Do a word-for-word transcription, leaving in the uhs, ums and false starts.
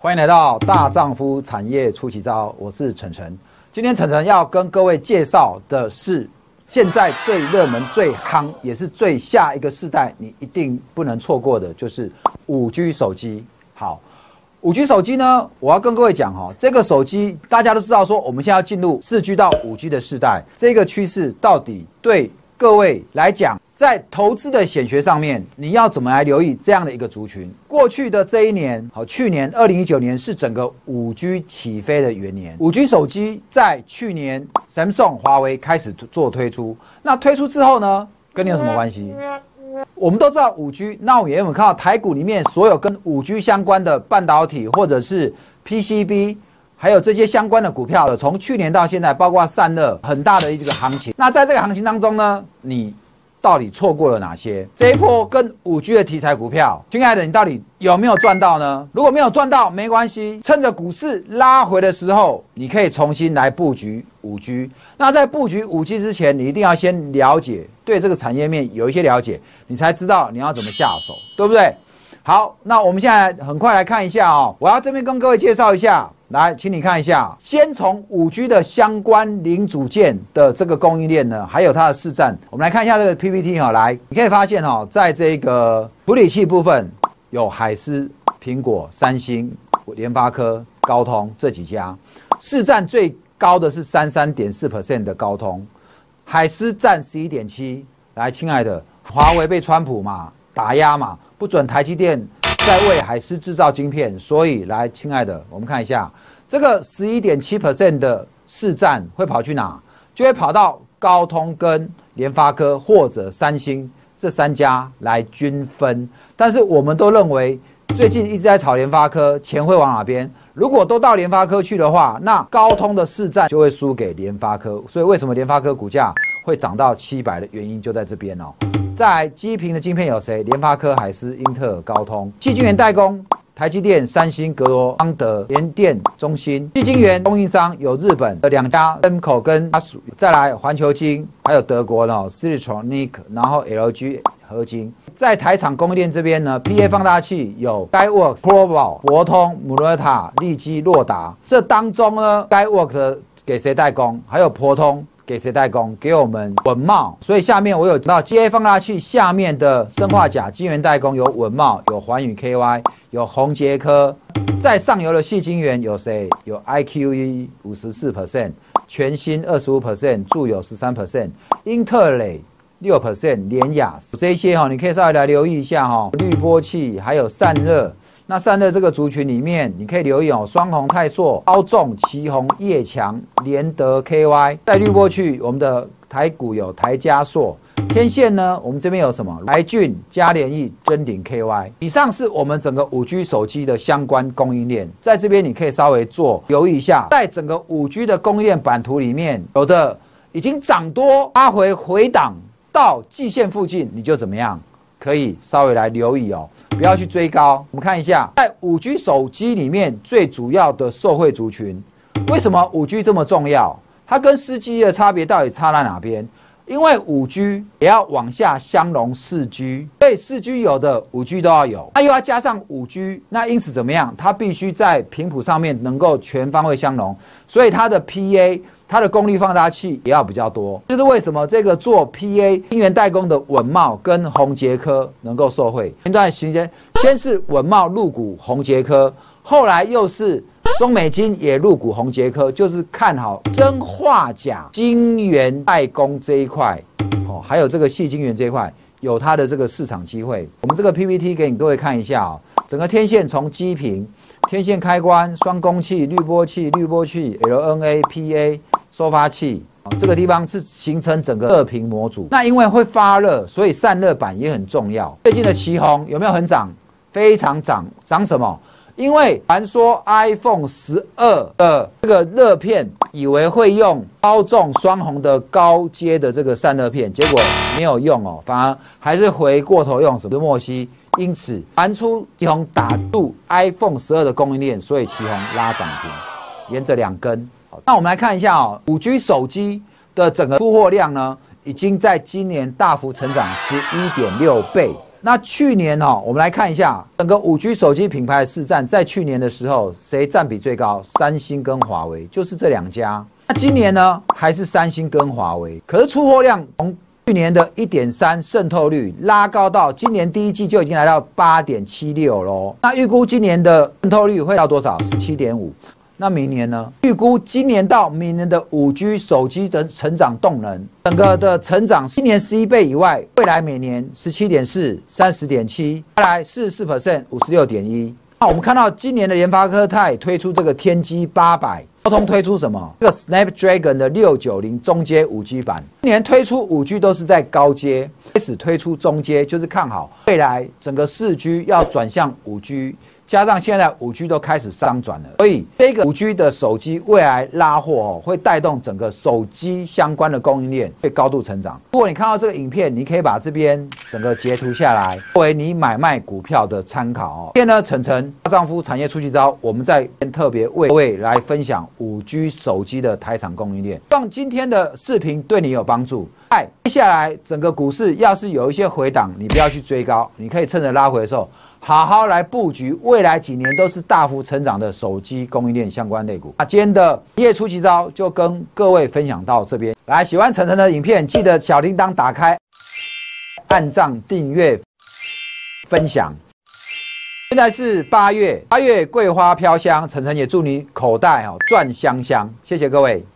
欢迎来到大丈夫产业出奇招，我是晨晨。今天晨晨要跟各位介绍的是现在最热门、最夯，也是最下一个世代，你一定不能错过的，就是五 G 手机。好，五 G 手机呢，我要跟各位讲哈，这个手机大家都知道说，我们现在要进入四 G 到五 G 的世代，这个趋势到底对各位来讲，在投资的显学上面，你要怎么来留意这样的一个族群？过去的这一年，好，去年二零一九年是整个五 G 起飞的元年。五 G 手机在去年 Samsung、华为开始做推出，那推出之后呢，跟你有什么关系？我们都知道五 G， 那我们也有看到台股里面所有跟五 G 相关的半导体或者是 P C B。还有这些相关的股票，从去年到现在，包括散热很大的一个行情。那在这个行情当中呢，你到底错过了哪些？这一波跟五 G 的题材股票，亲爱的，你到底有没有赚到呢？如果没有赚到，没关系，趁着股市拉回的时候，你可以重新来布局五 G。那在布局五 G 之前，你一定要先了解，对这个产业面有一些了解，你才知道你要怎么下手，对不对？好，那我们现在很快来看一下哦，我要这边跟各位介绍一下。来，请你看一下，先从五 G 的相关零组件的这个供应链呢，还有它的市占，我们来看一下这个 P P T 哈。来，你可以发现哈，在这个处理器部分有海思、苹果、三星、联发科、高通这几家，市占最高的是 百分之三十三点四 的高通，海思占 百分之十一点七。来，亲爱的，华为被川普嘛打压嘛，不准台积电在为海思制造晶片，所以来，亲爱的，我们看一下这个 百分之十一点七 的市占会跑去哪？就会跑到高通跟联发科或者三星这三家来均分。但是我们都认为，最近一直在炒联发科，钱会往哪边？如果都到联发科去的话，那高通的市占就会输给联发科。所以为什么联发科股价会涨到七百的原因就在这边哦。在基频的晶片有谁？联发科、海思、英特尔、高通。矽晶圆代工，台积电、三星、格罗方德、联电、中芯。矽晶圆供应商有日本的两家 ，N 口跟阿属，再来环球晶，还有德国的 Siltronic， 然后 L G 合晶。在台厂供应链这边呢 ，P A 放大器有 Skyworks、Proval、博通、姆罗塔、利基、洛达。这当中呢 ，Skyworks 给谁代工？还有博通。给谁代工？给我们稳懋。所以下面我有讲到 G A 放大器下面的砷化钾晶圆代工有稳懋、有环宇 K Y、有宏捷科。在上游的矽晶圆有谁？有 I Q E 百分之五十四， 全新 百分之二十五， 住友 百分之十三， 英特磊 百分之六， 联雅这些哈，你可以稍微来留意一下哈。滤波器还有散热。那散热这个族群里面，你可以留意哦，双虹、泰硕、高众、奇宏、业强、联德 K Y。在滤波区，我们的台股有台嘉硕。天线呢，我们这边有什么？来俊、嘉联益、臻鼎 K Y。以上是我们整个五 G 手机的相关供应链，在这边你可以稍微做留意一下，在整个五 G 的供应链版图里面，有的已经涨多，拉回回档到季线附近，你就怎么样？可以稍微来留意哦，不要去追高。我们看一下，在五 G 手机里面最主要的受惠族群，为什么五 G 这么重要？它跟四 G 的差别到底差在哪边？因为五 G 也要往下相容四 G， 所以四 G 有的五 G 都要有，它又要加上五 G， 那因此怎么样？它必须在频谱上面能够全方位相容，所以它的 P A。它的功率放大器也要比较多，就是为什么这个做 P A 晶圆代工的稳懋跟宏捷科能够受惠。前段时间先是稳懋入股宏捷科，后来又是中美晶也入股宏捷科，就是看好砷化钾晶圆代工这一块，哦，还有这个矽晶圆这一块有它的这个市场机会。我们这个 P P T 给你各位看一下哦，整个天线从基频、天线开关、双供器、滤波器、滤波器、L N A、P A。收发器这个地方是形成整个热屏模组，那因为会发热，所以散热板也很重要。最近的奇宏有没有很涨？非常涨，涨什么？因为传说 iPhone 十二的这个热片，以为会用高重双虹的高阶的这个散热片，结果没有用哦，反而还是回过头用什么墨西。因此传出奇宏打入 iPhone 十二的供应链，所以奇宏拉涨停，沿着两根。那我们来看一下哦，五 G 手机的整个出货量呢，已经在今年大幅成长 十一点六倍。 那去年哦，我们来看一下整个五 G 手机品牌的市占，在去年的时候，谁占比最高？三星跟华为，就是这两家。那今年呢，还是三星跟华为，可是出货量从去年的 一点三 渗透率拉高到今年第一季就已经来到 八点七六 咯。那预估今年的渗透率会到多少？ 十七点五。那明年呢？预估今年到明年的 五 G 手机的成长动能，整个的成长，今年十一倍以外，未来每年 十七点四、三十点七， 再来 百分之四十四、五十六点一。那我们看到今年的联发科，它也推出这个天玑八百，高通推出什么？这个 Snapdragon 的六九零中阶 五 G 版，今年推出 五 G 都是在高阶，开始推出中阶，就是看好未来整个四 G 要转向 五 G。加上现在 五 G 都开始商转了，所以这个 五 G 的手机未来拉货哦，会带动整个手机相关的供应链会高度成长。如果你看到这个影片，你可以把这边整个截图下来，作为你买卖股票的参考哦。今天呢，晨晨大丈夫产业出奇招，我们在特别为各位来分享 五 G 手机的台厂供应链，希望今天的视频对你有帮助。嗨，接下来整个股市要是有一些回档，你不要去追高，你可以趁着拉回的时候，好好来布局未来几年都是大幅成长的手机供应链相关类股。那今天的一夜出奇招就跟各位分享到这边。来，喜欢晨晨的影片，记得小铃铛打开，按赞、订阅、分享。现在是八月，八月桂花飘香，晨晨也祝你口袋哦赚香香，谢谢各位。